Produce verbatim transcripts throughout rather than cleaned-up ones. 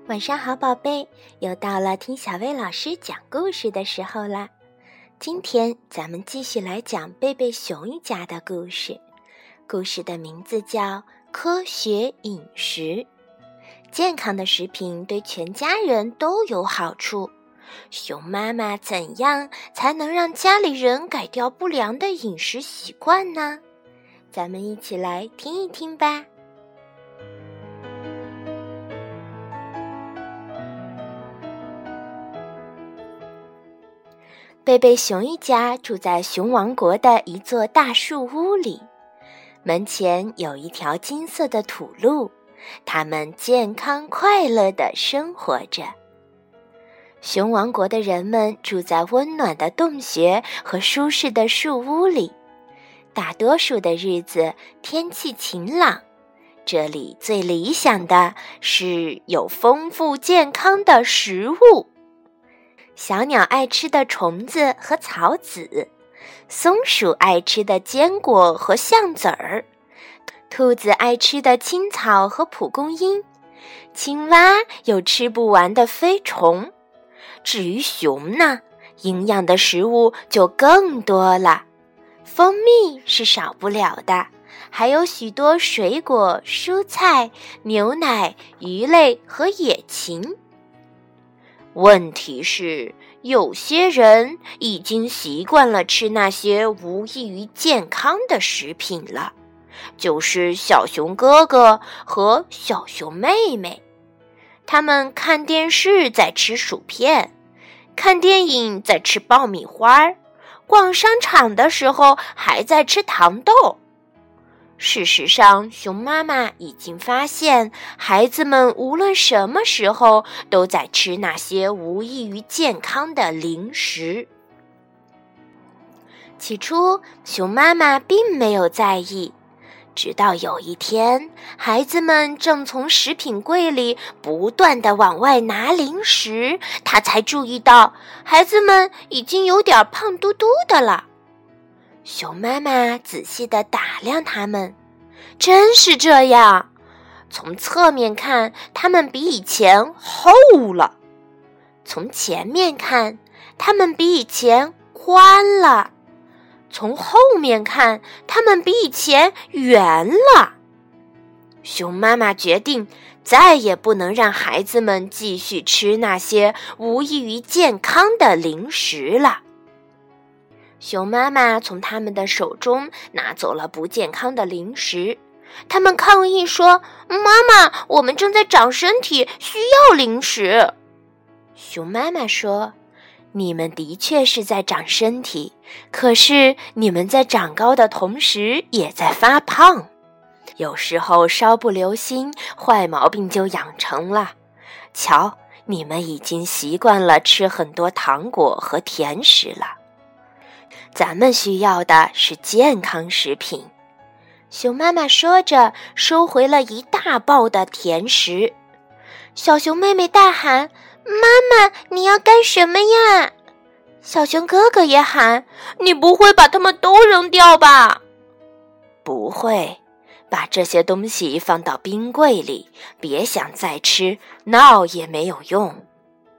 晚上好，宝贝，又到了听小薇老师讲故事的时候啦。今天咱们继续来讲贝贝熊一家的故事，故事的名字叫《科学饮食》。健康的食品对全家人都有好处，熊妈妈怎样才能让家里人改掉不良的饮食习惯呢？咱们一起来听一听吧。贝贝熊一家住在熊王国的一座大树屋里，门前有一条金色的土路，他们健康快乐地生活着。熊王国的人们住在温暖的洞穴和舒适的树屋里，大多数的日子天气晴朗，这里最理想的是有丰富健康的食物。小鸟爱吃的虫子和草籽，松鼠爱吃的坚果和橡子儿，兔子爱吃的青草和蒲公英，青蛙有吃不完的飞虫。至于熊呢，营养的食物就更多了，蜂蜜是少不了的，还有许多水果、蔬菜、牛奶、鱼类和野禽。问题是，有些人已经习惯了吃那些无益于健康的食品了，就是小熊哥哥和小熊妹妹。他们看电视在吃薯片，看电影在吃爆米花，逛商场的时候还在吃糖豆。事实上，熊妈妈已经发现，孩子们无论什么时候都在吃那些无益于健康的零食。起初，熊妈妈并没有在意，直到有一天，孩子们正从食品柜里不断地往外拿零食，她才注意到，孩子们已经有点胖嘟嘟的了。熊妈妈仔细地打量它们，真是这样。从侧面看，它们比以前厚了；从前面看，它们比以前宽了；从后面看，它们比以前圆了。熊妈妈决定，再也不能让孩子们继续吃那些无益于健康的零食了。熊妈妈从他们的手中拿走了不健康的零食，他们抗议说：“妈妈，我们正在长身体，需要零食。”熊妈妈说：“你们的确是在长身体，可是你们在长高的同时也在发胖。有时候稍不留心，坏毛病就养成了。瞧，你们已经习惯了吃很多糖果和甜食了。咱们需要的是健康食品。”熊妈妈说着，收回了一大包的甜食。小熊妹妹大喊：“妈妈，你要干什么呀？”小熊哥哥也喊：“你不会把它们都扔掉吧？”不会，把这些东西放到冰柜里，别想再吃，闹也没有用。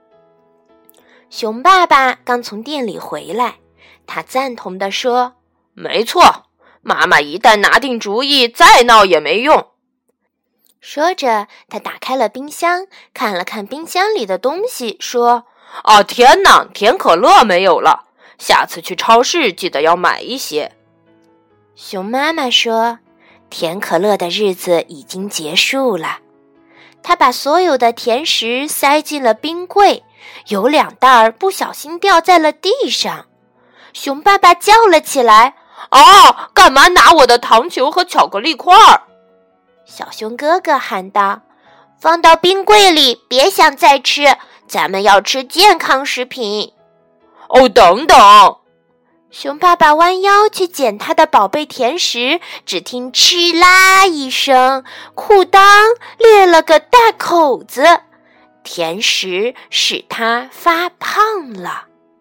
熊爸爸刚从店里回来，他赞同地说：“没错，妈妈一旦拿定主意，再闹也没用。”说着，他打开了冰箱，看了看冰箱里的东西，说：“啊，天哪，甜可乐没有了，下次去超市记得要买一些。”熊妈妈说：“甜可乐的日子已经结束了。”她把所有的甜食塞进了冰柜，有两袋不小心掉在了地上。熊爸爸叫了起来：“啊，干嘛拿我的糖球和巧克力块？”小熊哥哥喊道：“放到冰柜里，别想再吃，咱们要吃健康食品。”哦，等等！熊爸爸弯腰去捡他的宝贝甜食，只听哧啦一声，裤裆裂了个大口子，甜食使他发胖了。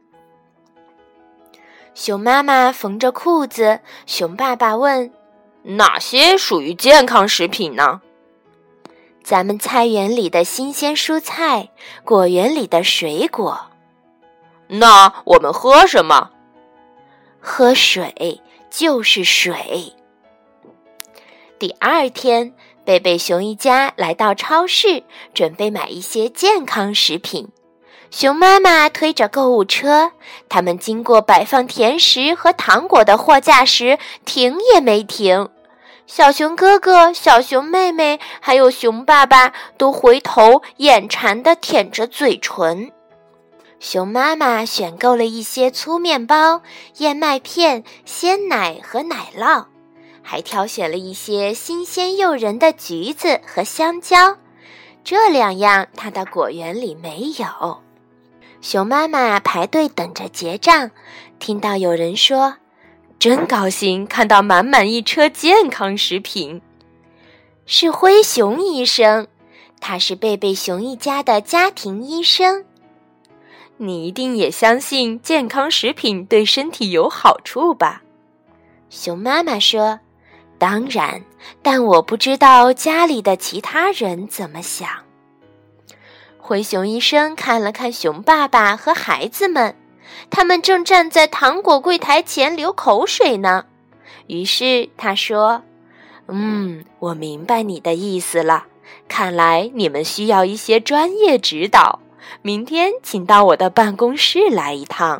熊妈妈缝着裤子，熊爸爸问：“哪些属于健康食品呢？” 咱们菜园里的新鲜蔬菜，果园里的水果。 那我们喝什么？ 喝水，就是水。第二天，贝贝熊一家来到超市，准备买一些健康食品。熊妈妈推着购物车，他们经过摆放甜食和糖果的货架时，停也没停。小熊哥哥、小熊妹妹还有熊爸爸都回头眼馋地舔着嘴唇。熊妈妈选购了一些粗面包、燕麦片、鲜奶和奶酪，还挑选了一些新鲜诱人的橘子和香蕉，这两样她的果园里没有。熊妈妈排队等着结账，听到有人说，真高兴看到满满一车健康食品。是灰熊医生，他是贝贝熊一家的家庭医生。 你一定也相信健康食品对身体有好处吧？ 熊妈妈说，当然，但我不知道家里的其他人怎么想。灰熊医生看了看熊爸爸和孩子们，他们正站在糖果柜台前流口水呢。于是他说，嗯，我明白你的意思了，看来你们需要一些专业指导，明天请到我的办公室来一趟。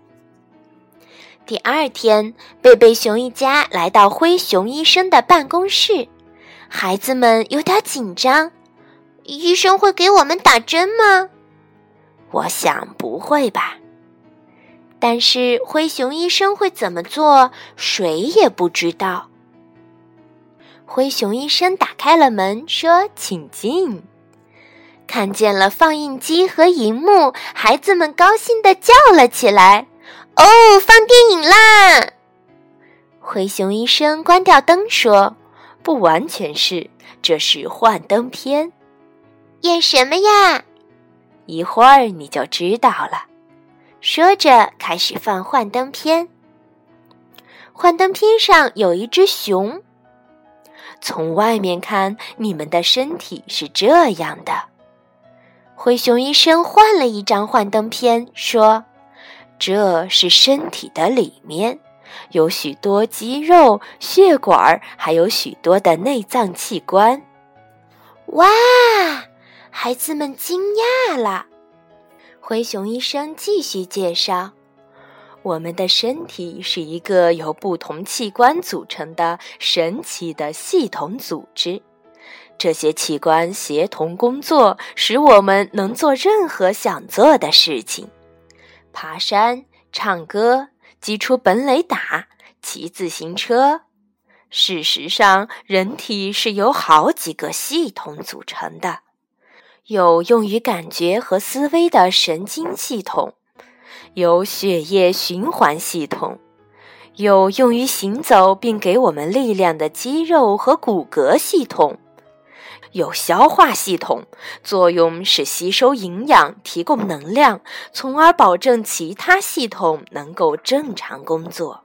第二天，贝贝熊一家来到灰熊医生的办公室，孩子们有点紧张。医生会给我们打针吗？我想不会吧。但是灰熊医生会怎么做，谁也不知道。灰熊医生打开了门，说：“请进。”看见了放映机和荧幕，孩子们高兴地叫了起来：“哦，放电影啦！”灰熊医生关掉灯说：“不完全是，这是幻灯片。”演什么呀？一会儿你就知道了。说着开始放幻灯片。幻灯片上有一只熊。从外面看，你们的身体是这样的。灰熊医生换了一张幻灯片，说：“这是身体的里面，有许多肌肉、血管，还有许多的内脏器官。”哇！孩子们惊讶了。灰熊医生继续介绍，我们的身体是一个由不同器官组成的神奇的系统组织，这些器官协同工作，使我们能做任何想做的事情。爬山、唱歌、击出本垒打、骑自行车。事实上，人体是由好几个系统组成的。有用于感觉和思维的神经系统，有血液循环系统，有用于行走并给我们力量的肌肉和骨骼系统，有消化系统，作用是吸收营养，提供能量，从而保证其他系统能够正常工作。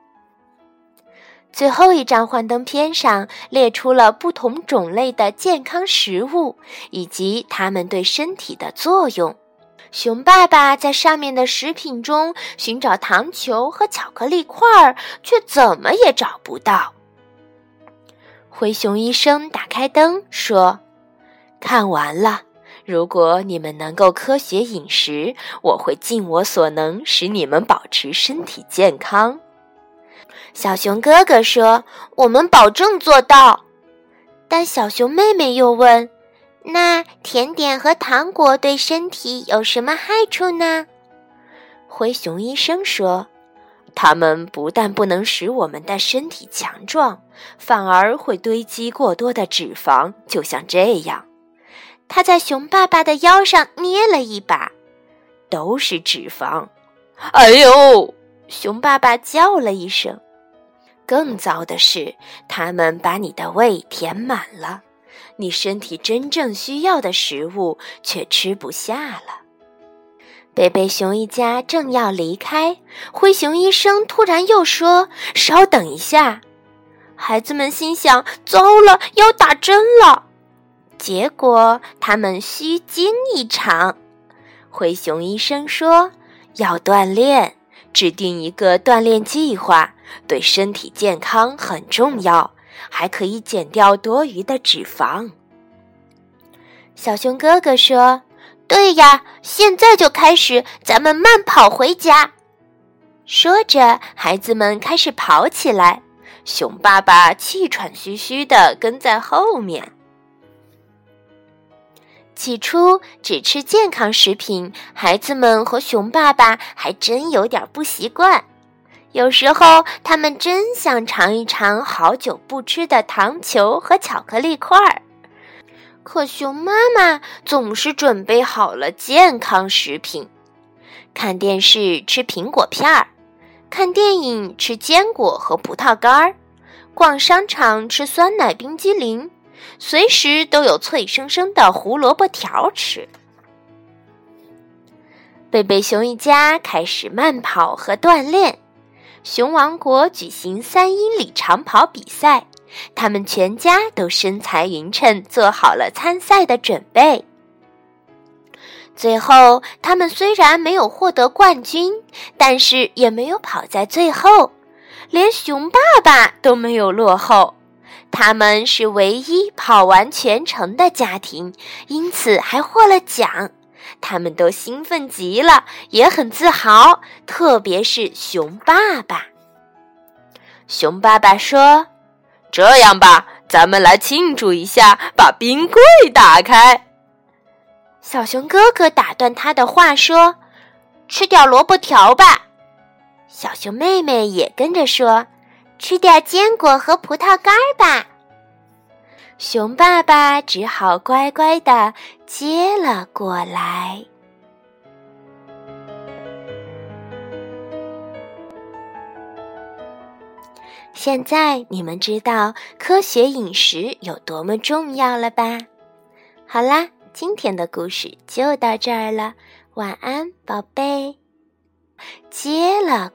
最后一张幻灯片上列出了不同种类的健康食物以及它们对身体的作用。熊爸爸在上面的食品中寻找糖球和巧克力块，却怎么也找不到。灰熊医生打开灯说：“看完了，如果你们能够科学饮食，我会尽我所能使你们保持身体健康。”小熊哥哥说：“我们保证做到。”但小熊妹妹又问：“那甜点和糖果对身体有什么害处呢？”灰熊医生说：“它们不但不能使我们的身体强壮，反而会堆积过多的脂肪，就像这样。”他在熊爸爸的腰上捏了一把，都是脂肪。哎呦！熊爸爸叫了一声。更糟的是，它们把你的胃填满了，你身体真正需要的食物却吃不下了。贝贝熊一家正要离开，灰熊医生突然又说：“稍等一下。”孩子们心想：糟了，要打针了。 结果他们虚惊一场。灰熊医生说，要锻炼，制定一个锻炼计划，对身体健康很重要，还可以减掉多余的脂肪。小熊哥哥说，对呀，现在就开始，咱们慢跑回家。说着，孩子们开始跑起来，熊爸爸气喘吁吁地跟在后面。起初只吃健康食品，孩子们和熊爸爸还真有点不习惯。有时候他们真想尝一尝好久不吃的糖球和巧克力块儿，可熊妈妈总是准备好了健康食品。看电视吃苹果片儿，看电影吃坚果和葡萄干儿，逛商场吃酸奶冰激凌，随时都有脆生生的胡萝卜条吃。贝贝熊一家开始慢跑和锻炼，熊王国举行三英里长跑比赛，他们全家都身材匀称，做好了参赛的准备。最后，他们虽然没有获得冠军，但是也没有跑在最后，连熊爸爸都没有落后。他们是唯一跑完全程的家庭，因此还获了奖。他们都兴奋极了，也很自豪，特别是熊爸爸。熊爸爸说，这样吧，咱们来庆祝一下，把冰柜打开。小熊哥哥打断他的话说，吃点萝卜条吧。小熊妹妹也跟着说，吃点坚果和葡萄干吧。熊爸爸只好乖乖地接了过来。现在你们知道科学饮食有多么重要了吧？好啦，今天的故事就到这儿了，晚安，宝贝。接了